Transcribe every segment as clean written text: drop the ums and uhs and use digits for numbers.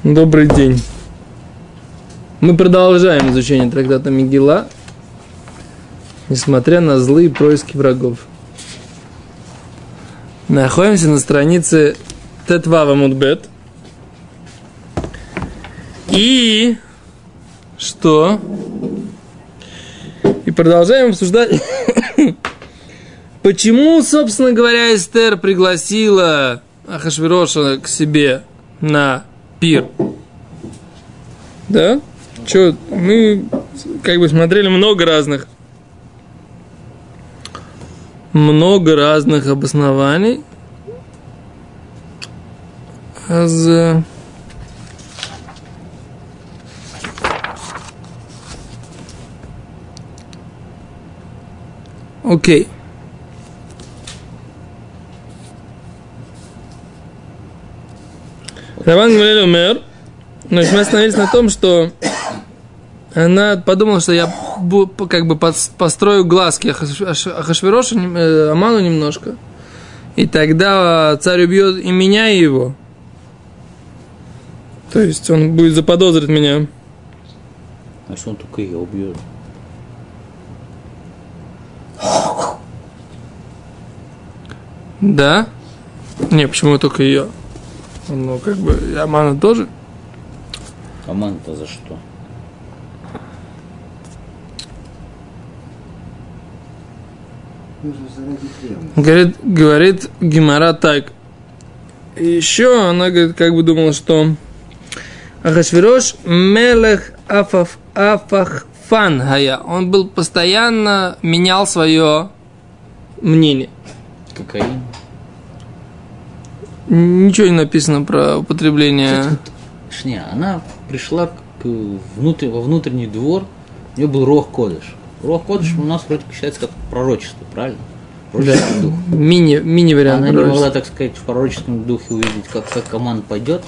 Добрый день. Мы продолжаем изучение трактата Мегилла, несмотря на злые происки врагов. Находимся на странице Тетвав Амуд Бет. И что? И продолжаем обсуждать, почему, собственно говоря, Эстер пригласила Ахашвероша к себе на пир. Да? Что, мы как бы смотрели много разных обоснований. Окей. Рабан Гамлиэль умер. Значит, мы остановились на том, что она подумала, что я как бы построю глазки Ахашверошу, Аману немножко. И тогда царь убьет и меня, и его. То есть он будет заподозрить меня. А что он только ее убьет? Да? Не, почему только ее? Ну, как бы, и Амана тоже. Аман-то за что? Говорит Гемара так. И еще она говорит, как бы думала, что Ахашверош мелех афахфан гая. Он был постоянно менял свое мнение. Кокаин? Ничего не написано про употребление. Она пришла во внутренний двор, у нее был Руах Кодеш. Руах Кодеш у нас вроде считается как пророчество, правильно? Пророческий дух. Мини-вариант. Она не могла, так сказать, в пророческом духе увидеть, как Аман пойдет.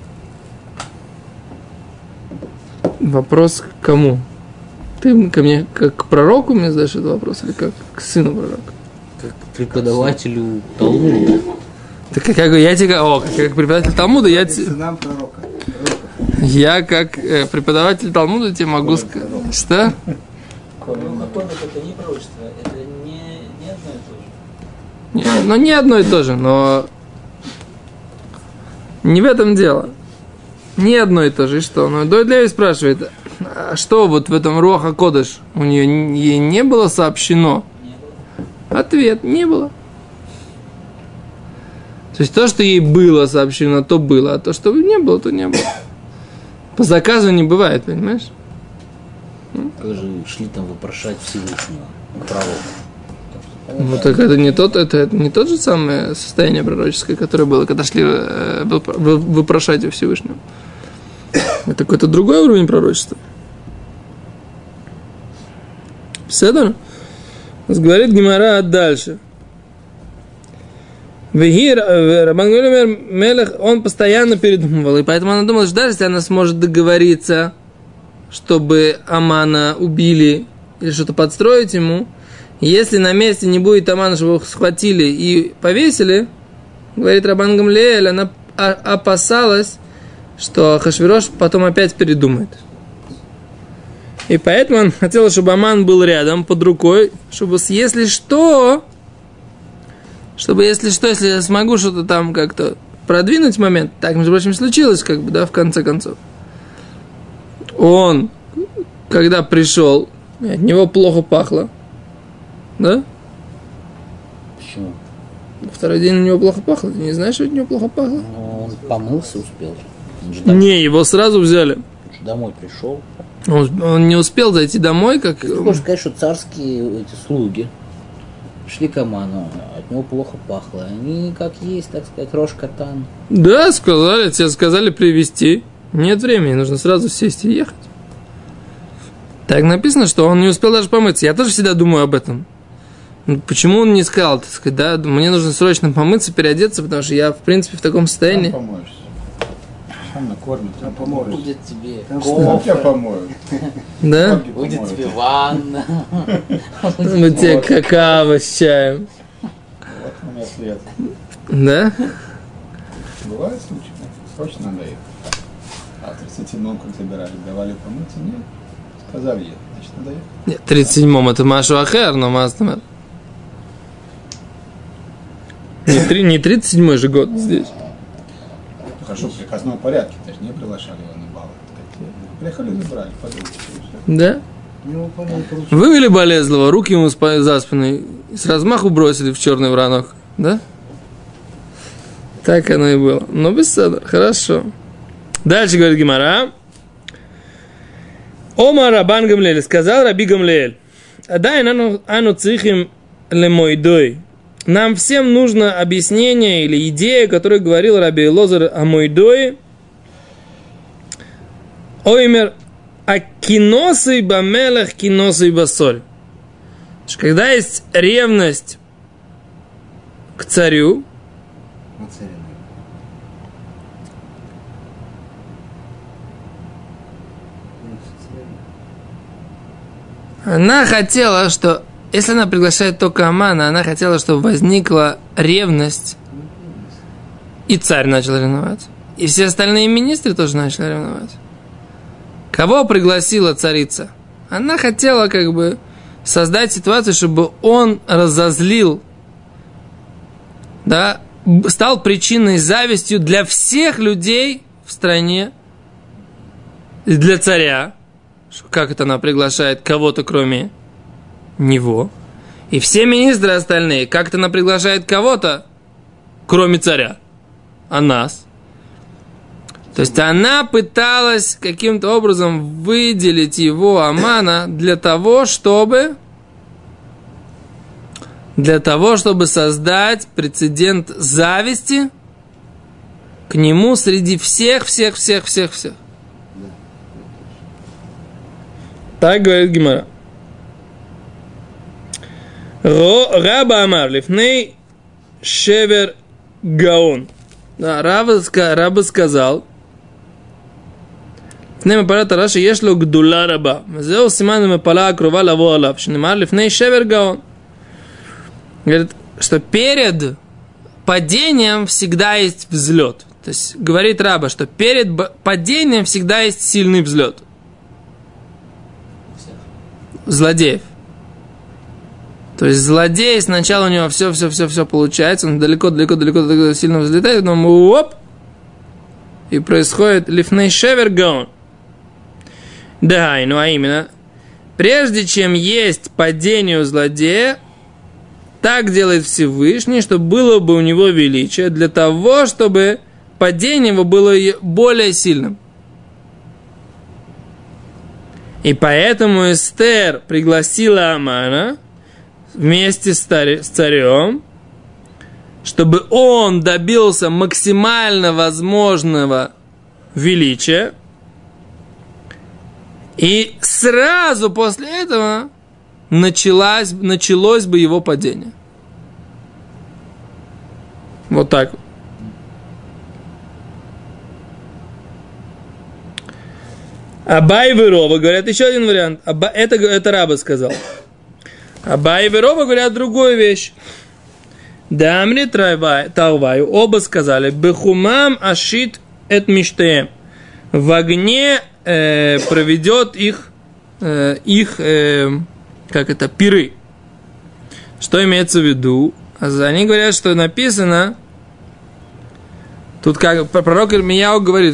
Вопрос к кому? Ты ко мне как к пророку мне задаешь этот вопрос или как к сыну пророка? Как к преподавателю Талмуда. Так как я тебе, как преподаватель Талмуда, я как преподаватель Талмуда тебе могу сказать, что? Это не пророчество, это не одно и то же. Ну, не одно и то же, но не в этом дело. Не одно и то же. И что? Ну, Дойд Леви спрашивает, а что вот в этом Руах ха-Кодеш у нее ей не было сообщено? Не было. Ответ: не было. То есть то, что ей было сообщено, то было, а то, что не было, то не было. По заказу не бывает, понимаешь? Как же шли там вопрошать Всевышнего, пророка. Ну так это не тот же самое состояние пророческое, которое было, когда шли вопрошать у Всевышнего. Это какой-то другой уровень пророчества. Седор? Говорит Гемара дальше. Рабан Гамлиэль Мелех, он постоянно передумывал, и поэтому она думала, что даже если она сможет договориться, чтобы Амана убили или что-то подстроить ему, если на месте не будет Амана, чтобы его схватили и повесили, говорит Рабан Гамлиэль, она опасалась, что Ахашверош потом опять передумает. И поэтому она хотела, чтобы Аман был рядом, под рукой, чтобы, если я смогу что-то там как-то продвинуть момент, так, между прочим, случилось, как бы, да, в конце концов. Он, когда пришел, от него плохо пахло. Да? Почему? Второй день у него плохо пахло. Ты не знаешь, что от него плохо пахло? Ну, он помылся успел. Не, его сразу взяли. Он же домой пришел. Он не успел зайти домой, как... Ты хочешь сказать, что царские эти слуги шли к Аману, от него плохо пахло. Они как есть, так сказать, Рош-Катан. Да, тебе сказали привезти. Нет времени, нужно сразу сесть и ехать. Так написано, что он не успел даже помыться. Я тоже всегда думаю об этом. Почему он не сказал, так сказать, да, мне нужно срочно помыться, переодеться, потому что я, в принципе, в таком состоянии. Сам помоешься. Сам накормит, сам помоешься. Будет тебе Сам тебя помоют. Да? Будет тебе ванна. Мы тебе какао с чаем. Вот у меня след. Да? Бывает случаи, срочно надо ехать. А в 37-м, как забирали, давали помыться? Нет. Сказали ехать, значит, надо ехать. Нет, в 37-м это Машу Ахер, но Мастамер. Не 37-й же год здесь. Хорошо, в приказном порядке, даже не приглашали его на балы. Приехали, забрали, подумали. Да? Вывели Болезлого, руки ему за спиной и с размаху бросили в черный вранок. Да? Так оно и было. Но без седа, хорошо. Дальше говорит Гемара. Омар Рабан Гамлиэль, сказал Раби Гамлиэль. Адай ану црихим лемойдой. Нам всем нужно объяснение или идея, которую говорил Раби Элозар о Мойдое. Оймер а киносы бамелах, киносы басоль. Когда есть ревность к царю, она хотела, что если она приглашает только Амана, она хотела, чтобы возникла ревность, и царь начал ревновать, и все остальные министры тоже начали ревновать. Кого пригласила царица? Она хотела как бы создать ситуацию, чтобы он разозлил, да, стал причиной завистью для всех людей в стране, и для царя. Как это она приглашает кого-то, кроме него? И все министры остальные, как это она приглашает кого-то, кроме царя? А нас? То есть она пыталась каким-то образом выделить его, Амана, для того, чтобы создать прецедент зависти к нему среди всех. Так говорит Гемара. Раба Амар лифней шевер гаон. Да, Раба сказал. לפני מפלת הרע שיש לו גדולה רבה. וזהו סימן המפלה הקרובה לבוא עליו, שנאמר לפני שבר גאון. Говорит, что перед падением всегда есть взлет. То есть, говорит Раба, что перед падением всегда есть сильный взлет. Злодеев. То есть, злодей, сначала у него все получается, он далеко сильно взлетает, потом оп, и происходит лифней шевер гаон. Да, ну а именно, прежде чем есть падение у злодея, так делает Всевышний, чтобы было бы у него величие, для того, чтобы падение его было более сильным. И поэтому Эстер пригласила Амана вместе с царем, чтобы он добился максимально возможного величия, и сразу после этого началось бы его падение. Вот так. Абай и Рова говорят еще один вариант. Это Раба сказал. Абай и Рова говорят другую вещь. Дамри Тарваю, оба сказали, Бехумам ашит эт миштеем. В огне проведет их пиры. Что имеется в виду? Они говорят, что написано, тут как пророк Ирмияу говорит,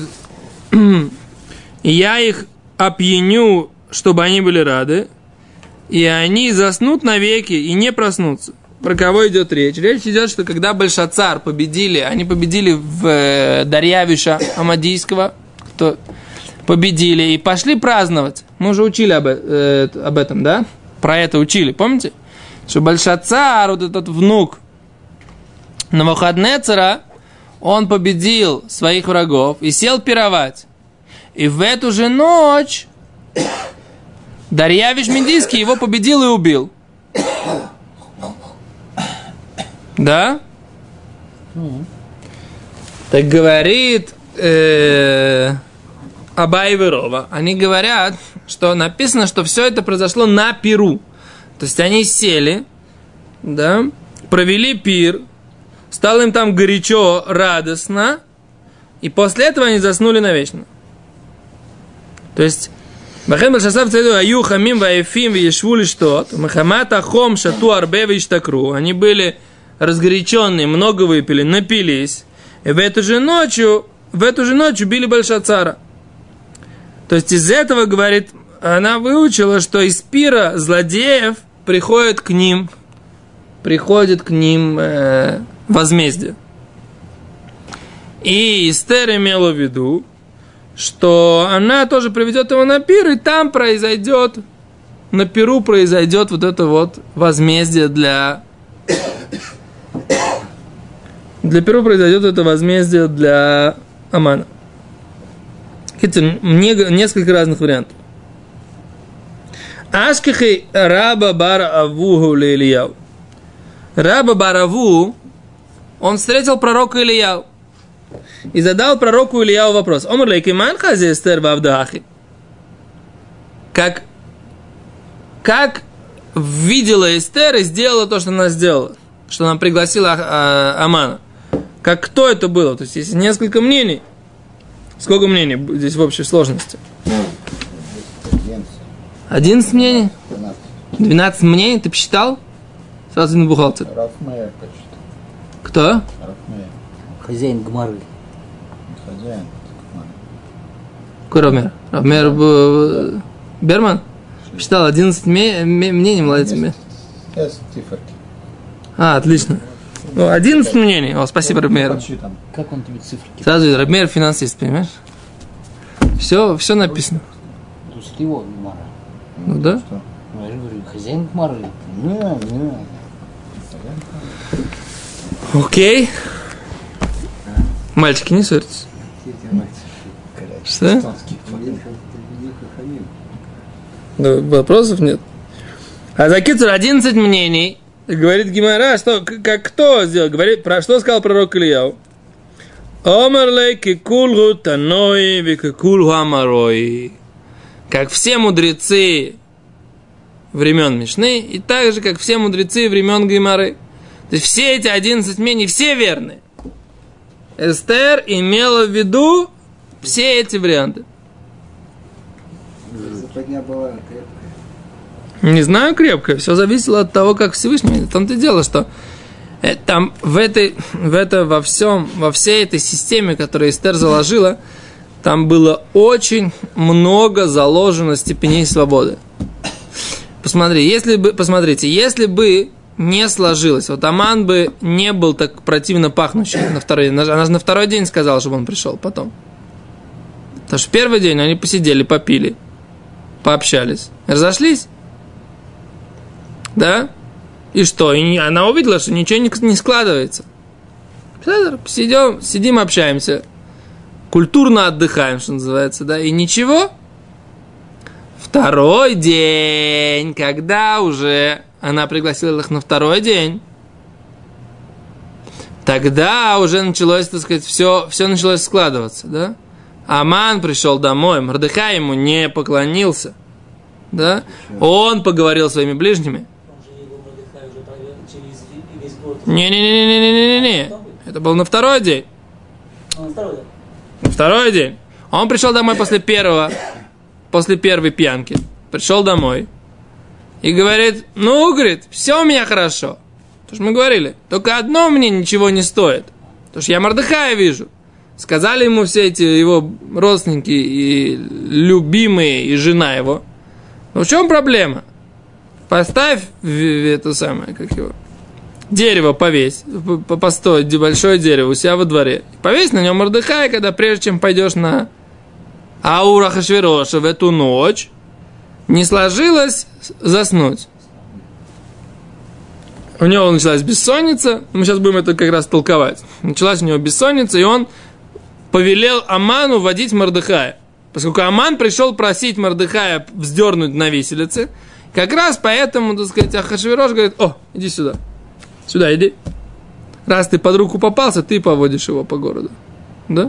и я их опьяню, чтобы они были рады, и они заснут навеки и не проснутся. Про кого идет речь? Речь идет, что когда Бельшацар победили, они победили в Дарьявиша Амадийского, кто победили, и пошли праздновать. Мы уже учили об этом, да? Про это учили, помните? Что Бельшацар, вот этот внук Навуходнецера, он победил своих врагов и сел пировать. И в эту же ночь Дарьявиш Медийский его победил и убил. Да? Так говорит Абай и Рова. Они говорят, что написано, что все это произошло на пиру. То есть они сели, да, провели пир, стало им там горячо, радостно, и после этого они заснули навечно. То есть, Бахем Башасав Цайду Аю Хамим Ваефим Вешвули Штот, Махамата Хом Шату Арбе Виштакру. Они были разгоряченные, много выпили, напились. И в эту же ночь убили Бельшацара. То есть из этого, говорит, она выучила, что из пира злодеев приходит к ним возмездие. И Эстер имела в виду, что она тоже приведет его на пир, и там на пиру произойдет вот это вот возмездие для пиру произойдет это возмездие для Амана. Несколько разных вариантов. Ашкихи раба бара аву Ильяу. Раба Бараву, он встретил пророка Ильяу и задал пророку Ильяу вопрос. Омар лейкиман хази Эстер вавдахи. Как видела Эстер и сделала то, что она сделала, что она пригласила Амана. Кто это было? То есть есть несколько мнений. Сколько мнений здесь в общей сложности? 11 мнений? 12 мнений? Ты посчитал? Сразу на бухгалтер. Рафмея почти. Кто? Рафмея. Хозяин Гмары. Хозяин. Какой Рафмер? Рафмер Берман? Посчитал 11 мнений, молодец. Циферки. Отлично. 11 мнений. Спасибо, Рафмер. Как он тебе циферки? Сразу видно, Рафмер финансист, понимаешь? Все написано. То есть его Гмара. Ну да. Что? Я же говорю, хозяин Гмары. Не. Окей. Мальчики, не ссорьтесь. Что? Да, вопросов нет. А за Кицур 11 мнений. Говорит Гемара, кто сделал? Говорит, что сказал пророк Ильяу? Омар лейки кулгу таной вики кулгу амарой. Как все мудрецы времен Мишны, и так же, как все мудрецы времен Гемары. То есть все эти 11 мнений, все верны. Эстер имела в виду все эти варианты. Западня была крепкая. Не знаю, крепкая. Все зависело от того, как Всевышний. В том-то и дело, что там во всей этой системе, которую Эстер заложила, там было очень много заложено степеней свободы. Посмотрите, если бы не сложилось, вот Аман бы не был так противно пахнущий на второй день. Она же на второй день сказала, чтобы он пришел потом. Потому что в первый день они посидели, попили, пообщались, разошлись. Да? И что? И она увидела, что ничего не складывается. Сидим, общаемся, культурно отдыхаем, что называется, да, и ничего. Второй день, когда уже она пригласила их на второй день, тогда уже началось, так сказать, все началось складываться, да. Аман пришел домой, Мордехай ему не поклонился, да. Он поговорил со своими ближними. Не. Это был на второй день. На второй день. Он пришел домой после первой пьянки. Пришел домой. И говорит, говорит, все у меня хорошо. Потому что мы говорили, только одно мне ничего не стоит. Потому что я Мордехая вижу. Сказали ему все эти его родственники и любимые, и жена его. Но в чем проблема? Поставь это самое, как его, дерево повесь, постой, большое дерево у себя во дворе. Повесь на нем Мордехая, когда прежде чем пойдешь на Аура Ахашвероша в эту ночь, не сложилось заснуть. У него началась бессонница, мы сейчас будем это как раз толковать. Началась у него бессонница, и он повелел Аману водить Мордехая. Поскольку Аман пришел просить Мордехая вздернуть на виселице, как раз поэтому, так сказать, Ахашверош говорит, иди сюда. Сюда иди. Раз ты под руку попался, ты поводишь его по городу. Да?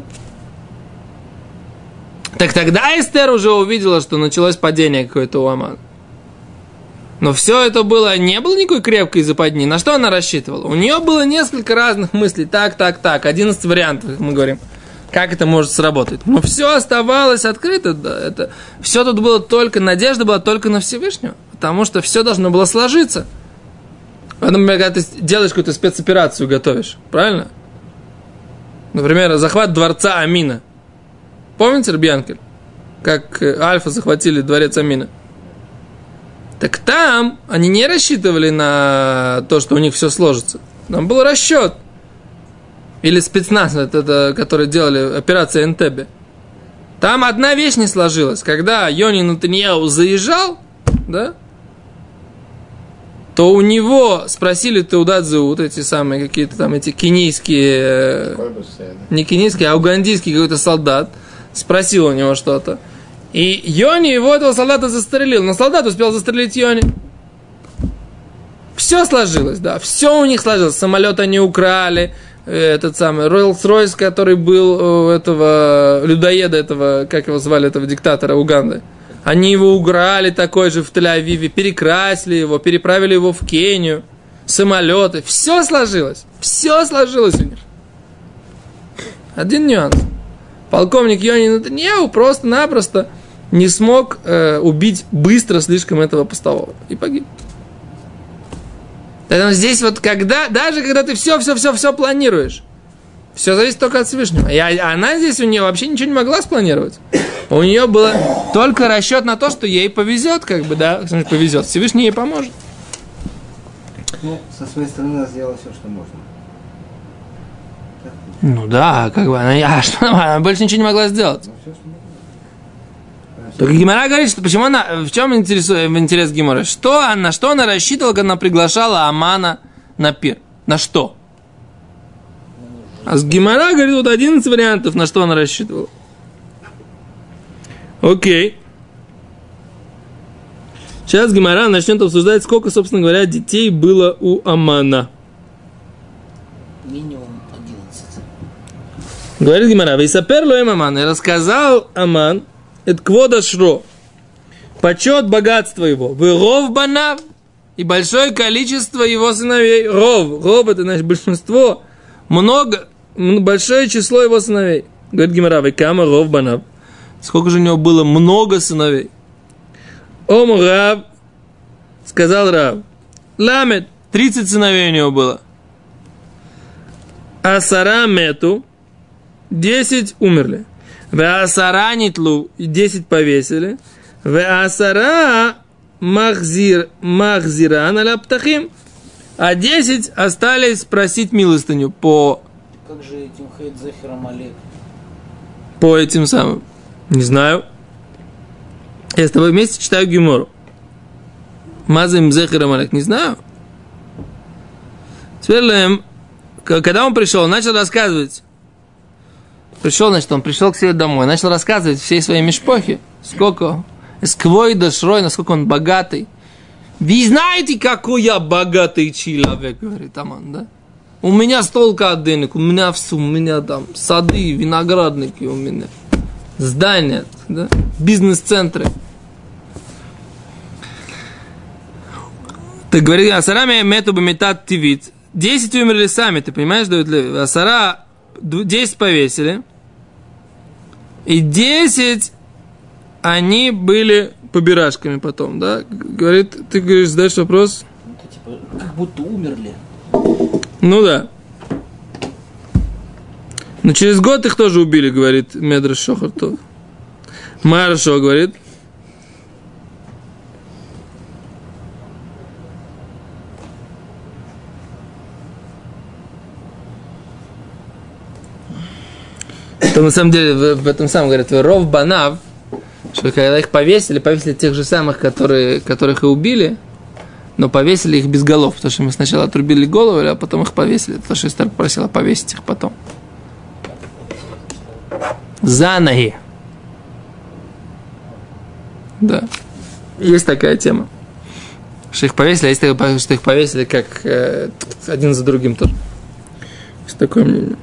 Так тогда Эстер уже увидела, что началось падение какое-то у Амана. Но все это не было никакой крепкой западни. На что она рассчитывала? У нее было несколько разных мыслей. Так. 11 вариантов, как мы говорим. как это может сработать. Но все оставалось открыто. Да, все тут было только, надежда была только на Всевышнего. Потому что все должно было сложиться. Например, когда ты делаешь какую-то спецоперацию, готовишь, правильно? Например, захват дворца Амина. Помните, Рабьянкель? Как Альфа захватили дворец Амина. Так там они не рассчитывали на то, что у них все сложится. Там был расчет. Или спецназ, это, которые делали операцию Энтебе. Там одна вещь не сложилась. Когда Йони Нетаньяху заезжал, да, то у него спросили Теудат-Зеут, эти самые какие-то там эти кенийские, не кенийские, а угандийский какой-то солдат, спросил у него что-то. И Йони его, этого солдата, застрелил. Но солдат успел застрелить Йони. Все сложилось, да, все у них сложилось. Самолет они украли, этот самый Роллс-Ройс, который был у этого людоеда, этого, как его звали, этого диктатора Уганды. Они его украли такой же в Тель-Авиве, перекрасили его, переправили его в Кению, самолеты. Все сложилось у них. Один нюанс. Полковник Йони Нетаньяху просто-напросто не смог убить быстро слишком этого постового. И погиб. Поэтому здесь вот даже когда ты все планируешь, все зависит только от Всевышнего. И она здесь у нее вообще ничего не могла спланировать. У нее был только расчет на то, что ей повезет, как бы, да, повезет. Всевышний ей поможет. Ну, со своей стороны она сделала все, что можно. Ну да, как бы она больше ничего не могла сделать. Только Гемара говорит, что почему она, в чем интерес Гемары? На что она рассчитывала, когда она приглашала Амана на пир? На что? А с Гемара говорит, вот 11 вариантов, на что она рассчитывала. Окей. Сейчас Гемара начнет обсуждать, сколько, собственно говоря, детей было у Амана. Минимум 11. Говорит Гемара, «Вейсапер лоэм Аман», и рассказал Аман, это квода шро, почет богатства его, выров банав, и большое количество его сыновей. Ров это значит большинство, большое число его сыновей. Говорит Гемара, векама ров банав. Сколько же у него было много сыновей? Ом Рав, сказал Рав, ламет, 30 сыновей у него было. Асара мету, 10 умерли. Веасара нитлу, 10 повесили. Веасара махзиран аля птахим. А 10 остались просить милостыню по... Как же этим хейт захером Олег? По этим самым. Не знаю. Я с тобой вместе читаю Гемору. Мазаем захером Олег. Не знаю. Теперь, когда он пришел, начал рассказывать. Он пришел к себе домой, начал рассказывать всей своей мишпохе, сколько, сквой до шрой, насколько он богатый. Вы знаете, какой я богатый человек, говорит Аман, да? У меня столько денег, у меня все, у меня там сады, виноградники у меня, здания, да? Бизнес-центры. Так говорит, асарами мету бамитат тивит. 10 умерли сами, ты понимаешь, Давид Леви? Асара 10 повесили. И 10 они были побирашками потом, да? Говорит, ты говоришь, задаешь вопрос? Это типа, как будто умерли. Ну да. Но через год их тоже убили, говорит Медраш Шохартов. Маршо говорит. То на самом деле в этом самом говорят, ров банав, что когда их повесили тех же самых, которых и убили, но повесили их без голов, потому что мы сначала отрубили голову, а потом их повесили, потому что Эстер попросила повесить их потом. За ноги. Да. Есть такая тема. Что их повесили, а есть такое, что их повесили как один за другим тоже. Есть такое мнение.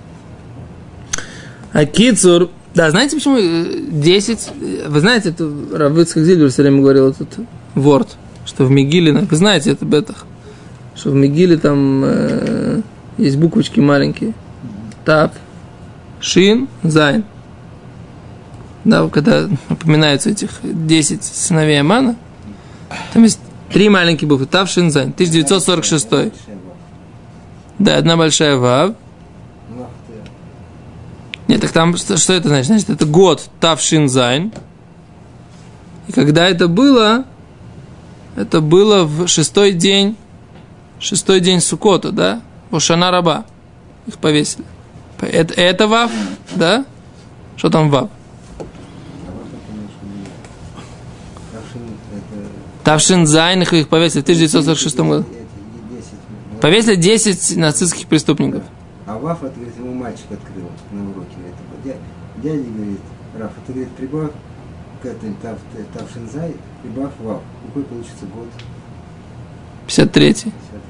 А Кицур, да, знаете почему 10? Вы знаете, это Рав Ицхак Зильбер все время говорил этот ворд, что в Мегиле, вы знаете это бетах, что в Мегиле там есть буквочки маленькие. Тав, Шин, Зайн. Да, когда упоминаются этих 10 сыновей Амана, там есть 3 маленькие буквы. Тав, Шин, Зайн. 1946. Да, одна большая Вав. Нет, так там, что это значит? Значит, это год Тав, Шин, Зайн. И когда это было в 6-й день Суккота, да? Ошана Раба. Их повесили. Это Вав, да? Что там Вав? Тавшин Зайн, их повесили в 1946 году. Повесили 10 нацистских преступников. А Вав, это, говорит, ему мальчик открыл на уроке. Дядя говорит, Раф, это, говорит, прибавь к этой Тавшин Зайн, прибавь Вав. Какой получится год? 53-й.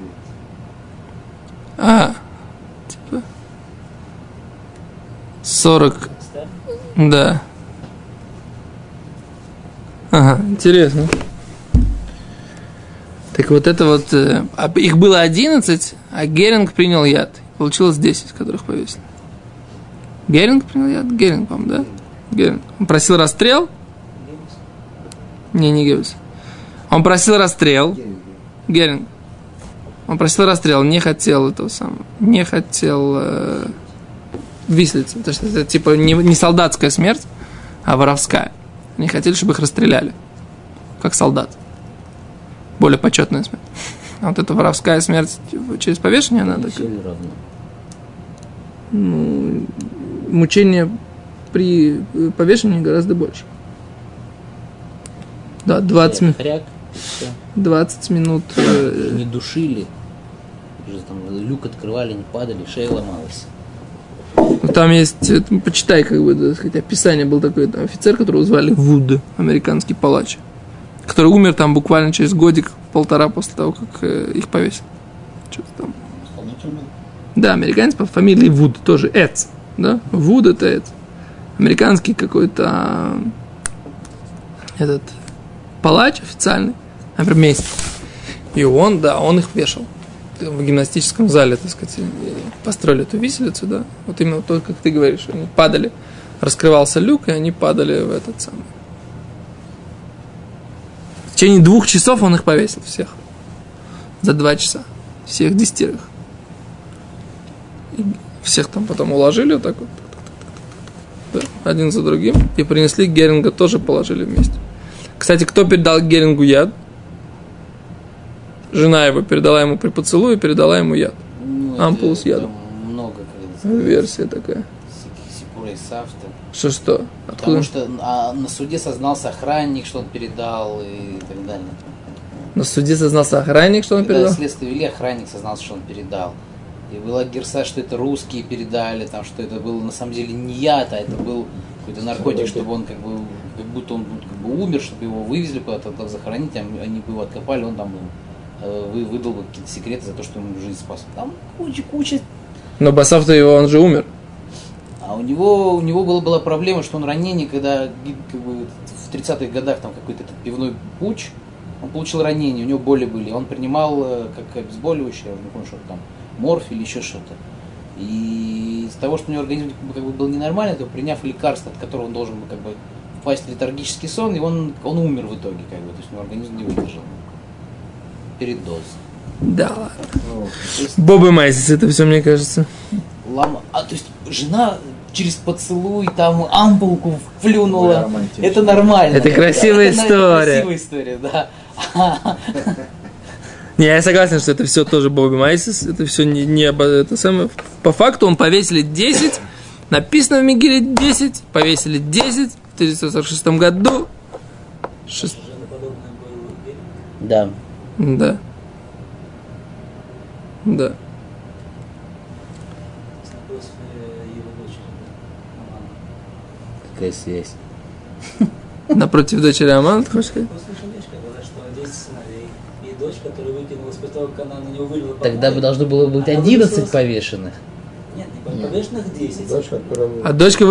Типа 40. Да. Ага, интересно. Так вот это вот... их было 11, а Геринг принял яд. Получилось 10, которых повесили. Геринг принял яд? Геринг, по-моему, да? Геринг. Он просил расстрел? Не Геббельс. Он просил расстрел. Геринг. Он просил расстрел, не хотел этого самого. Не хотел виселицы. Потому что это типа не солдатская смерть, а воровская. Они хотели, чтобы их расстреляли. Как солдат. Более почетная смерть. А вот эта воровская смерть через повешение, она такая. Ну, мучение при повешении гораздо больше. Да, 20 минут. 20 минут. Не душили. Там люк открывали, не падали, шея ломалась. Там есть, почитай, как бы, так сказать, описание. Был такой там офицер, которого звали Вуд, американский палач, который умер там буквально через годик-полтора после того, как их повесили. Что-то там. Да, американец по фамилии Вуд, тоже Эц, да? Вуд это Эц. Американский какой-то этот палач официальный, например, и он их вешал в гимнастическом зале, так сказать, построили эту виселицу, да, вот именно то, как ты говоришь, они падали, раскрывался люк, и они падали в этот самый. В течение 2 часов он их повесил всех. За 2 часа. Всех 10. И всех там потом уложили вот так вот. Да, один за другим. И принесли Геринга, тоже положили вместе. Кстати, кто передал Герингу яд? Жена его передала ему при поцелуе, передала ему яд. Ну, ампулу с ядом. Много, версия такая. Сипура и Сафта. Что? Потому Откуда? что на суде сознался охранник, что он передал, и так далее. На суде сознался охранник, что он передал? Когда следствие вели, охранник сознался, что он передал. И была герса, что это русские передали, там, что это был на самом деле не яд, а это был какой-то наркотик, чтобы он как будто он умер, чтобы его вывезли куда-то захоронить, они бы его откопали, он там выдал бы какие-то секреты за то, что ему жизнь спас. Там куча. Но Басав-то его, он же умер. А у него была проблема, что он ранение, когда в 30-х годах там какой-то этот пивной путч, он получил ранение, у него боли были, он принимал как обезболивающее, я не помню, что там, морфий или еще что-то. И из-за того, что у него организм был ненормальный, то приняв лекарство, от которого он должен был впасть в летаргический сон, и он умер в итоге, то есть у него организм не выдержал. Передоз. Да ладно. Бобы Майсис, это все, мне кажется. То есть жена через поцелуй там ампулку вплюнула. Это нормально. Это красивая история. Это красивая история, да. Не, я согласен, что это все тоже Бобби Майсис. Это все не это самое. По факту он повесили 10. Написано в Мегиле 10. Повесили 10 в 1946 году. Да. Да. Какая связь? Напротив дочери Амана, ты хочешь сказать? Тогда бы должно было быть 11 повешенных. Нет, не повешенных 10. А дочка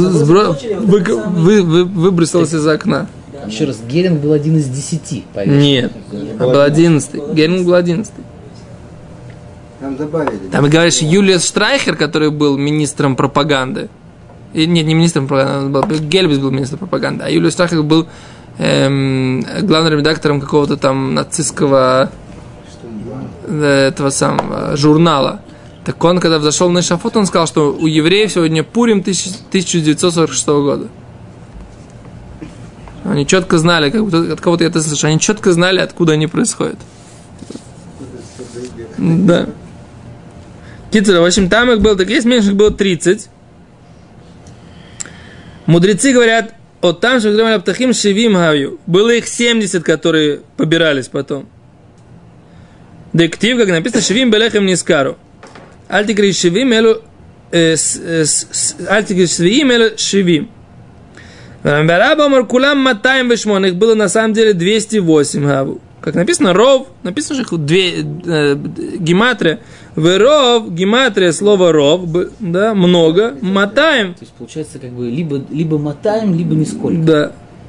выбросилась из окна. Да. Еще раз, Геринг был один из 10 повешенных. Нет, был 11. Геринг был 11. Там добавили. Там, говоришь, Юлиус Штрайхер, который был министром пропаганды, Нет, не министром пропаганды, Гельбис был министром пропаганды, а Юлиус Страхович был главным редактором какого-то там нацистского этого самого журнала. Так он, когда взошел на эшафот, он сказал, что у евреев сегодня Пурим 1946 года. Они четко знали, как от кого-то я это слышал, они четко знали, откуда они происходят. Да. Кицура, в общем, там их было, так есть, меньше их было 30. Мудрецы говорят, от там, что говорили Птахим Шевим Гавью. Было их 70, которые побирались потом. Дектив, как написано, Шевим Белехем Нискару. Альтикри Шевим Элу Альтикри Шевим Элу Шевим. Раба Маркулам Матаем Вешмон. Их было на самом деле 208 Гаву. Как написано, ров, написано же гематрия. Веров, гематрия, слово ров, да, много, мотаем. То есть получается как бы либо мотаем, либо нисколько. Да.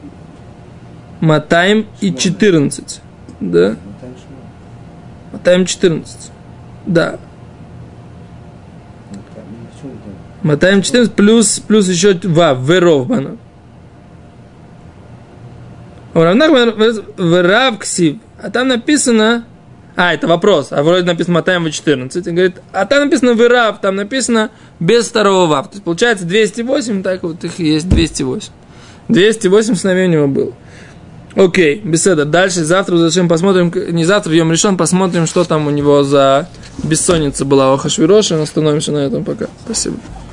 Мотаем и 14. Да. Мотаем 14. Да. Мотаем 14 плюс еще вав, веров бана. Верав ксив. А там написано... это вопрос. А вроде написано Матаем в 14. И говорит, а там написано Верав, там написано без второго вав. То есть получается 208, так вот их и есть 208. 208 сыновей у него было. Окей, беседа. Дальше, завтра зачем посмотрим, не завтра, в Йом Ришон, посмотрим, что там у него за бессонница была у Ахашвироша. Остановимся на этом пока. Спасибо.